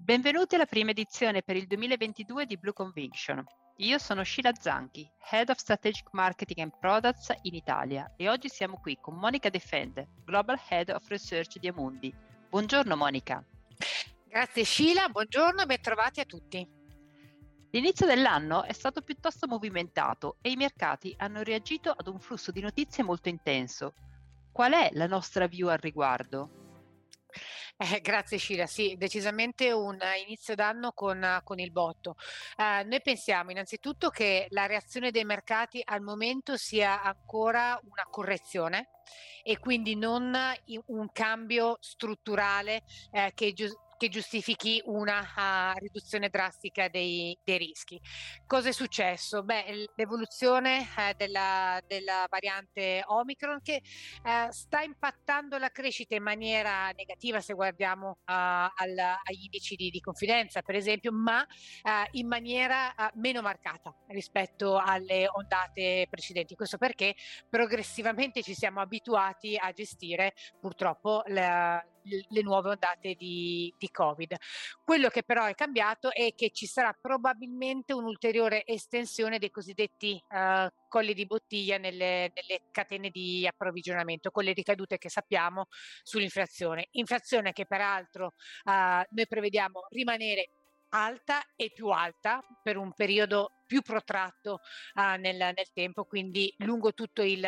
Benvenuti alla prima edizione per il 2022 di Blue Conviction. Io sono Sheila Zanchi, Head of Strategic Marketing and Products in Italia e oggi siamo qui con Monica Defende, Global Head of Research di Amundi. Buongiorno Monica. Grazie Sheila, buongiorno e bentrovati a tutti. L'inizio dell'anno è stato piuttosto movimentato e i mercati hanno reagito ad un flusso di notizie molto intenso. Qual è la nostra view al riguardo? Grazie Sheila, sì, decisamente un inizio d'anno con il botto. Noi pensiamo innanzitutto che la reazione dei mercati al momento sia ancora una correzione e quindi non un cambio strutturale che giustifichi una riduzione drastica dei rischi. Cosa è successo? L'evoluzione della variante Omicron che sta impattando la crescita in maniera negativa se guardiamo agli indici di confidenza, per esempio, ma in maniera meno marcata rispetto alle ondate precedenti. Questo perché progressivamente ci siamo abituati a gestire purtroppo le nuove ondate di Covid. Quello che però è cambiato è che ci sarà probabilmente un'ulteriore estensione dei cosiddetti colli di bottiglia nelle catene di approvvigionamento, con le ricadute che sappiamo sull'inflazione. Inflazione che peraltro noi prevediamo rimanere alta e più alta per un periodo più protratto nel tempo, quindi lungo tutto il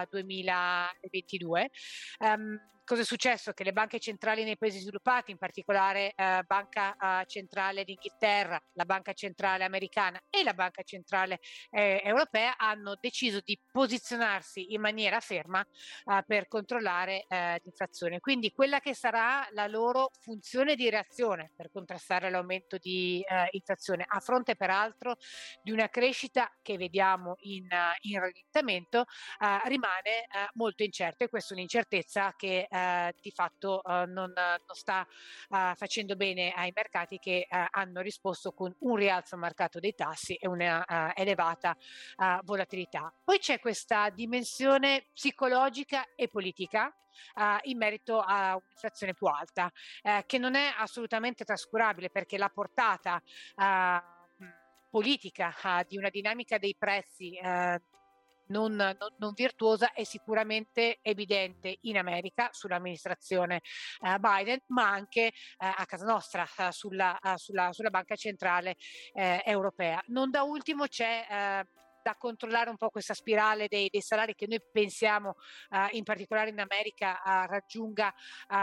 2022. Cosa è successo? Che le banche centrali nei paesi sviluppati, in particolare Banca Centrale d'Inghilterra, la Banca Centrale Americana e la Banca Centrale Europea, hanno deciso di posizionarsi in maniera ferma per controllare l'inflazione. Quindi quella che sarà la loro funzione di reazione per contrastare l'aumento di inflazione, a fronte peraltro di una crescita che vediamo in rallentamento, rimane molto incerta, e questa è un'incertezza che di fatto non sta facendo bene ai mercati, che hanno risposto con un rialzo marcato dei tassi e una elevata volatilità. Poi c'è questa dimensione psicologica e politica in merito a un'inflazione più alta, che non è assolutamente trascurabile, perché la portata politica di una dinamica dei prezzi non virtuosa è sicuramente evidente in America sull'amministrazione Biden, ma anche a casa nostra sulla Banca Centrale Europea. Non da ultimo c'è da controllare un po' questa spirale dei salari, che noi pensiamo in particolare in America raggiunga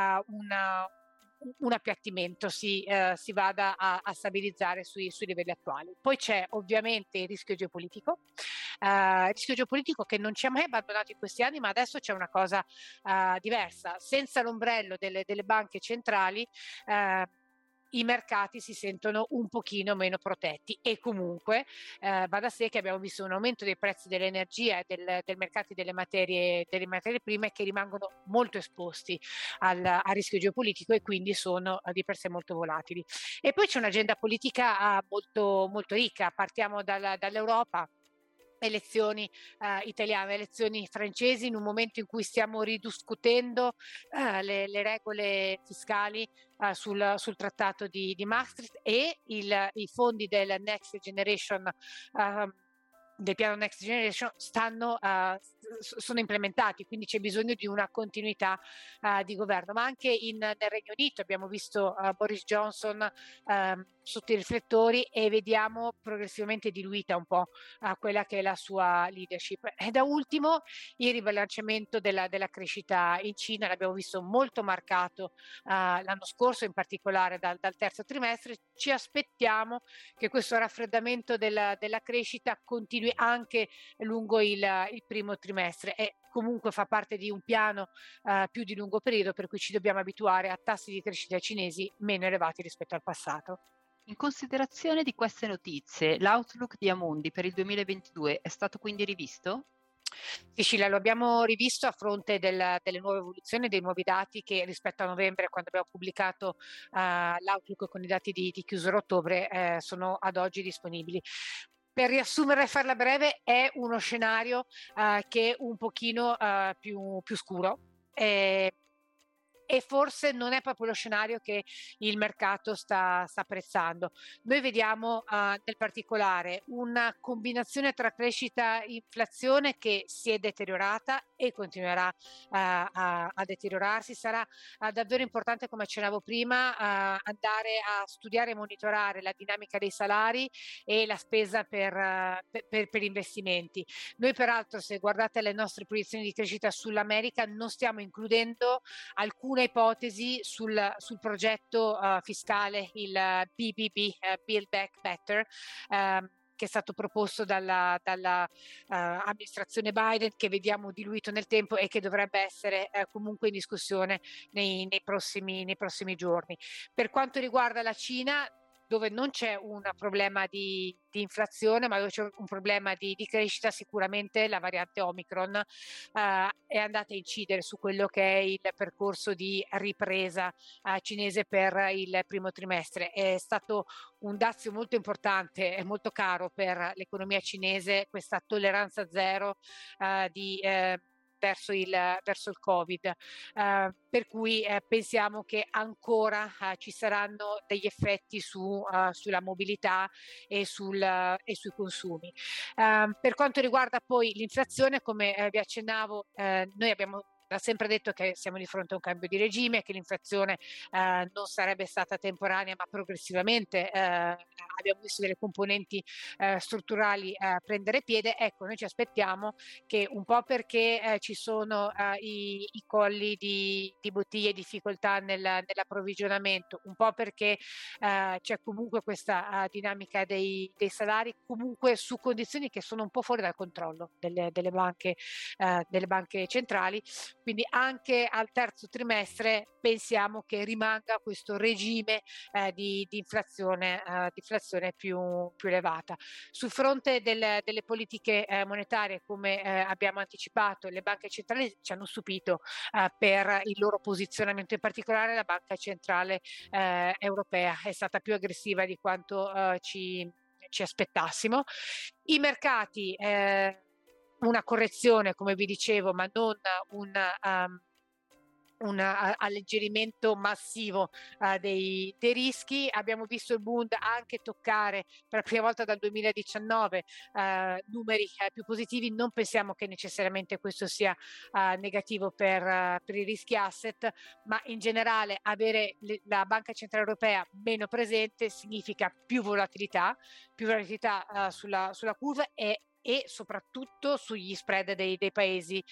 un appiattimento, si vada a stabilizzare sui livelli attuali. Poi c'è ovviamente il rischio geopolitico che non ci ha mai abbandonato in questi anni, ma adesso c'è una cosa diversa. Senza l'ombrello delle banche centrali i mercati si sentono un pochino meno protetti, e comunque va da sé che abbiamo visto un aumento dei prezzi dell'energia e del mercato delle materie prime, che rimangono molto esposti al rischio geopolitico e quindi sono di per sé molto volatili. E poi c'è un'agenda politica molto, molto ricca. Partiamo dall'Europa. Elezioni italiane, elezioni francesi, in un momento in cui stiamo ridiscutendo le regole fiscali sul trattato di Maastricht, e i fondi del Next Generation del piano Next Generation sono implementati, quindi c'è bisogno di una continuità di governo. Ma anche nel Regno Unito abbiamo visto Boris Johnson sotto i riflettori, e vediamo progressivamente diluita un po' quella che è la sua leadership. E da ultimo il ribilanciamento della crescita in Cina, l'abbiamo visto molto marcato l'anno scorso, in particolare dal terzo trimestre. Ci aspettiamo che questo raffreddamento della crescita continui anche lungo il primo trimestre, e comunque fa parte di un piano più di lungo periodo, per cui ci dobbiamo abituare a tassi di crescita cinesi meno elevati rispetto al passato. In considerazione di queste notizie, l'outlook di Amundi per il 2022 è stato quindi rivisto? Sì, Scilla, lo abbiamo rivisto a fronte delle nuove evoluzioni, dei nuovi dati che rispetto a novembre, quando abbiamo pubblicato l'outlook con i dati di chiusura ottobre, sono ad oggi disponibili. Per riassumere e farla breve, è uno scenario che è un pochino più scuro. e forse non è proprio lo scenario che il mercato sta apprezzando. Noi vediamo nel particolare una combinazione tra crescita e inflazione che si è deteriorata e continuerà a deteriorarsi. Sarà davvero importante, come accennavo prima, andare a studiare e monitorare la dinamica dei salari e la spesa per investimenti. Noi peraltro, se guardate le nostre proiezioni di crescita sull'America, non stiamo includendo alcune ipotesi sul progetto fiscale, il BBB, Build Back Better, che è stato proposto dalla amministrazione Biden, che vediamo diluito nel tempo e che dovrebbe essere comunque in discussione nei prossimi giorni. Per quanto riguarda la Cina, dove non c'è un problema di inflazione, ma dove c'è un problema di crescita, sicuramente la variante Omicron è andata a incidere su quello che è il percorso di ripresa cinese per il primo trimestre. È stato un dazio molto importante e molto caro per l'economia cinese, questa tolleranza zero verso il Covid, per cui pensiamo che ancora ci saranno degli effetti sulla mobilità e sui consumi. Per quanto riguarda poi l'inflazione, come vi accennavo, noi abbiamo sempre detto che siamo di fronte a un cambio di regime, che l'inflazione non sarebbe stata temporanea ma progressivamente abbiamo visto delle componenti strutturali prendere piede. Ecco, noi ci aspettiamo che, un po' perché ci sono i colli di bottiglie, difficoltà nell'approvvigionamento, un po' perché c'è comunque questa dinamica dei salari, comunque su condizioni che sono un po' fuori dal controllo delle banche centrali. Quindi anche al terzo trimestre pensiamo che rimanga questo regime di inflazione più elevata. Sul fronte delle politiche monetarie, come abbiamo anticipato, le banche centrali ci hanno stupito per il loro posizionamento, in particolare la Banca Centrale Europea è stata più aggressiva di quanto ci aspettassimo. I mercati una correzione, come vi dicevo, ma non un alleggerimento massivo dei rischi. Abbiamo visto il Bund anche toccare per la prima volta dal 2019 numeri più positivi. Non pensiamo che necessariamente questo sia negativo per i rischi asset, ma in generale avere la Banca Centrale Europea meno presente significa più volatilità sulla curva e soprattutto sugli spread dei paesi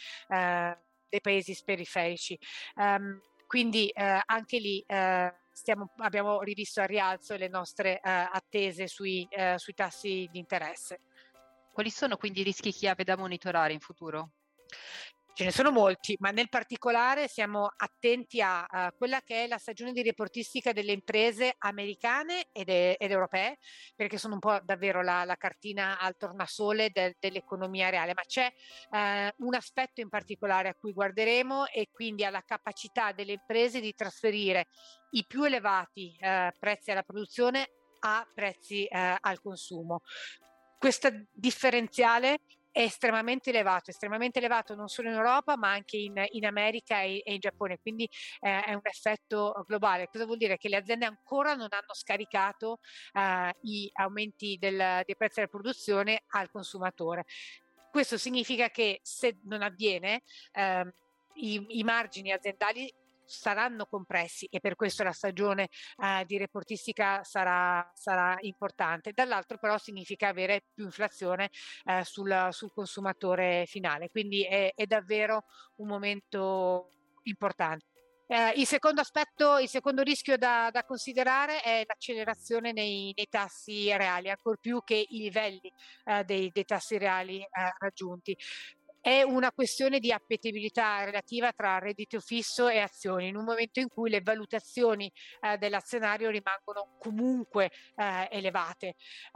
periferici. Quindi anche lì abbiamo rivisto al rialzo le nostre attese sui tassi di interesse. Quali sono quindi i rischi chiave da monitorare in futuro? Ce ne sono molti, ma nel particolare siamo attenti a quella che è la stagione di reportistica delle imprese americane ed europee, perché sono un po' davvero la cartina al tornasole dell'economia reale, ma c'è un aspetto in particolare a cui guarderemo, e quindi alla capacità delle imprese di trasferire i più elevati prezzi alla produzione a prezzi al consumo. Questo differenziale è estremamente elevato non solo in Europa ma anche in America e in Giappone, quindi è un effetto globale. Cosa vuol dire? Che le aziende ancora non hanno scaricato i aumenti dei prezzi della produzione al consumatore. Questo significa che se non avviene i margini aziendali saranno compressi, e per questo la stagione di reportistica sarà importante. Dall'altro però significa avere più inflazione sul consumatore finale, quindi è davvero un momento importante. Il secondo rischio da considerare è l'accelerazione nei tassi reali, ancor più che i livelli dei tassi reali raggiunti. È una questione di appetibilità relativa tra reddito fisso e azioni, in un momento in cui le valutazioni dell'azionario rimangono comunque elevate.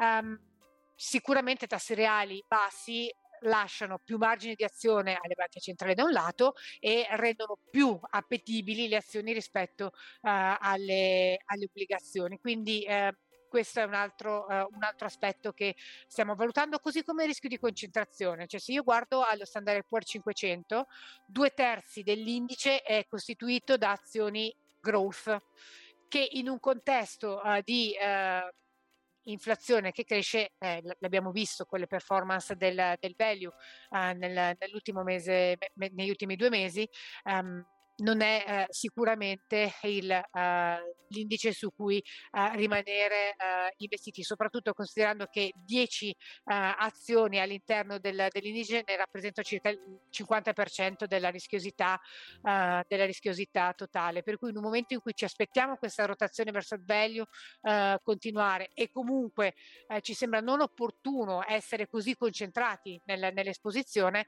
Sicuramente tassi reali bassi lasciano più margine di azione alle banche centrali da un lato e rendono più appetibili le azioni rispetto alle obbligazioni. Quindi questo è un altro aspetto che stiamo valutando, così come il rischio di concentrazione. Cioè, se io guardo allo Standard & Poor's 500, 2/3 dell'indice è costituito da azioni growth, che in un contesto di inflazione che cresce, l'abbiamo visto con le performance del value nell'ultimo mese, negli ultimi 2 mesi, non è sicuramente l'indice su cui rimanere investiti, soprattutto considerando che 10 azioni all'interno dell'indice ne rappresentano circa il 50% della rischiosità totale. Per cui in un momento in cui ci aspettiamo questa rotazione verso il value continuare, e comunque ci sembra non opportuno essere così concentrati nell'esposizione,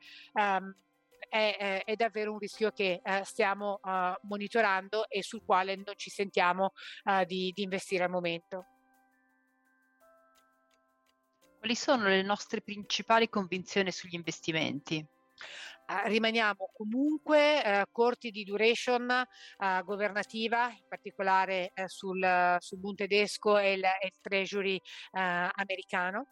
è davvero un rischio che stiamo monitorando e sul quale non ci sentiamo di investire al momento. Quali sono le nostre principali convinzioni sugli investimenti? Rimaniamo comunque corti di duration governativa, in particolare sul Bund tedesco e il Treasury americano,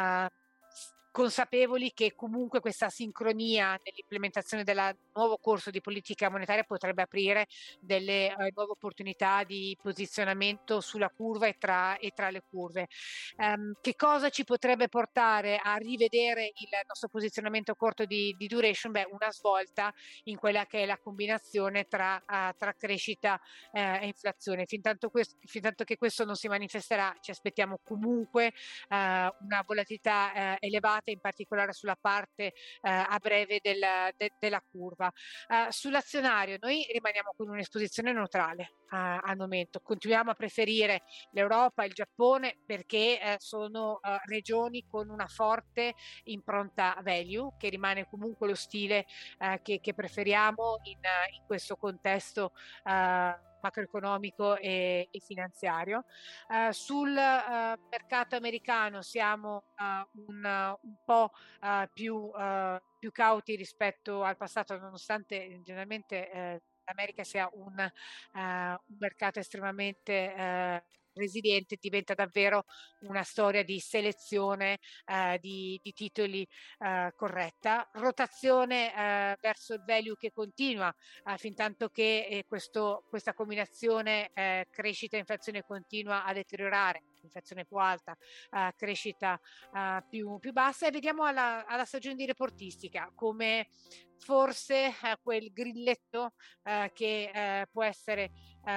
consapevoli che comunque questa sincronia nell'implementazione del nuovo corso di politica monetaria potrebbe aprire delle nuove opportunità di posizionamento sulla curva e tra le curve. Che cosa ci potrebbe portare a rivedere il nostro posizionamento corto di duration? Una svolta in quella che è la combinazione tra crescita e inflazione. Fintanto che questo non si manifesterà, ci aspettiamo comunque una volatilità elevata, in particolare sulla parte a breve della curva. Sull'azionario noi rimaniamo con un'esposizione neutrale al momento. Continuiamo a preferire l'Europa e il Giappone perché sono regioni con una forte impronta value, che rimane comunque lo stile che preferiamo in questo contesto macroeconomico e finanziario. Sul mercato americano siamo un po' più cauti rispetto al passato, nonostante generalmente l'America sia un mercato estremamente resiliente. Diventa davvero una storia di selezione di titoli corretta, rotazione verso il value che continua fin tanto che questa combinazione crescita e inflazione continua a deteriorare, inflazione più alta, crescita più bassa, e vediamo alla stagione di reportistica come forse quel grilletto che può essere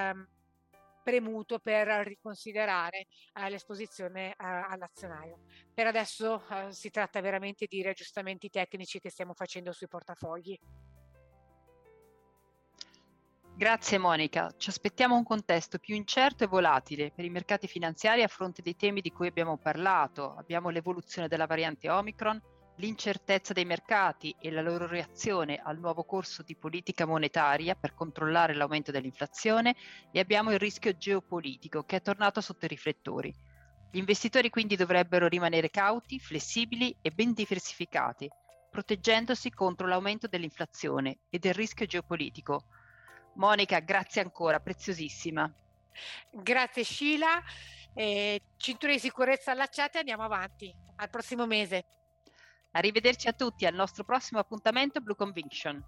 premuto per riconsiderare l'esposizione all'azionario. Per adesso si tratta veramente di riaggiustamenti tecnici che stiamo facendo sui portafogli. Grazie Monica, ci aspettiamo un contesto più incerto e volatile per i mercati finanziari a fronte dei temi di cui abbiamo parlato. Abbiamo l'evoluzione della variante Omicron, l'incertezza dei mercati e la loro reazione al nuovo corso di politica monetaria per controllare l'aumento dell'inflazione, e abbiamo il rischio geopolitico che è tornato sotto i riflettori. Gli investitori quindi dovrebbero rimanere cauti, flessibili e ben diversificati, proteggendosi contro l'aumento dell'inflazione e del rischio geopolitico. Monica, grazie ancora, preziosissima. Grazie Sheila, cinture di sicurezza allacciate, andiamo avanti, al prossimo mese. Arrivederci a tutti al nostro prossimo appuntamento Blue Conviction.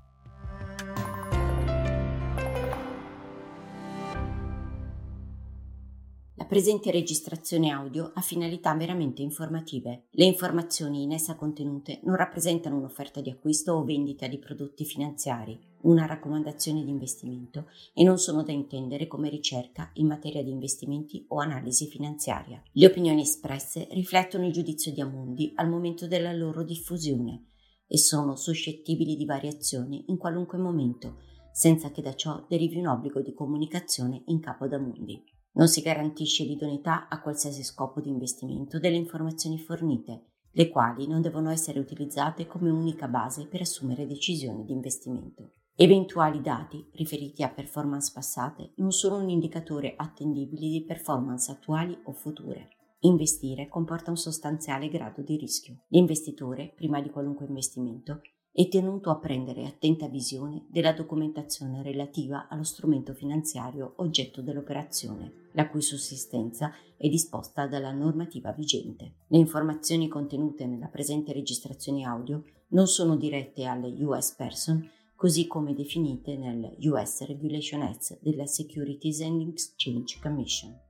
La presente registrazione audio ha finalità meramente informative. Le informazioni in essa contenute non rappresentano un'offerta di acquisto o vendita di prodotti finanziari, una raccomandazione di investimento, e non sono da intendere come ricerca in materia di investimenti o analisi finanziaria. Le opinioni espresse riflettono il giudizio di Amundi al momento della loro diffusione e sono suscettibili di variazioni in qualunque momento, senza che da ciò derivi un obbligo di comunicazione in capo ad Amundi. Non si garantisce l'idoneità a qualsiasi scopo di investimento delle informazioni fornite, le quali non devono essere utilizzate come unica base per assumere decisioni di investimento. Eventuali dati riferiti a performance passate non sono un indicatore attendibile di performance attuali o future. Investire comporta un sostanziale grado di rischio. L'investitore, prima di qualunque investimento, è tenuto a prendere attenta visione della documentazione relativa allo strumento finanziario oggetto dell'operazione, la cui sussistenza è disposta dalla normativa vigente. Le informazioni contenute nella presente registrazione audio non sono dirette alle US person, così come definite nel US Regulation Act della Securities and Exchange Commission.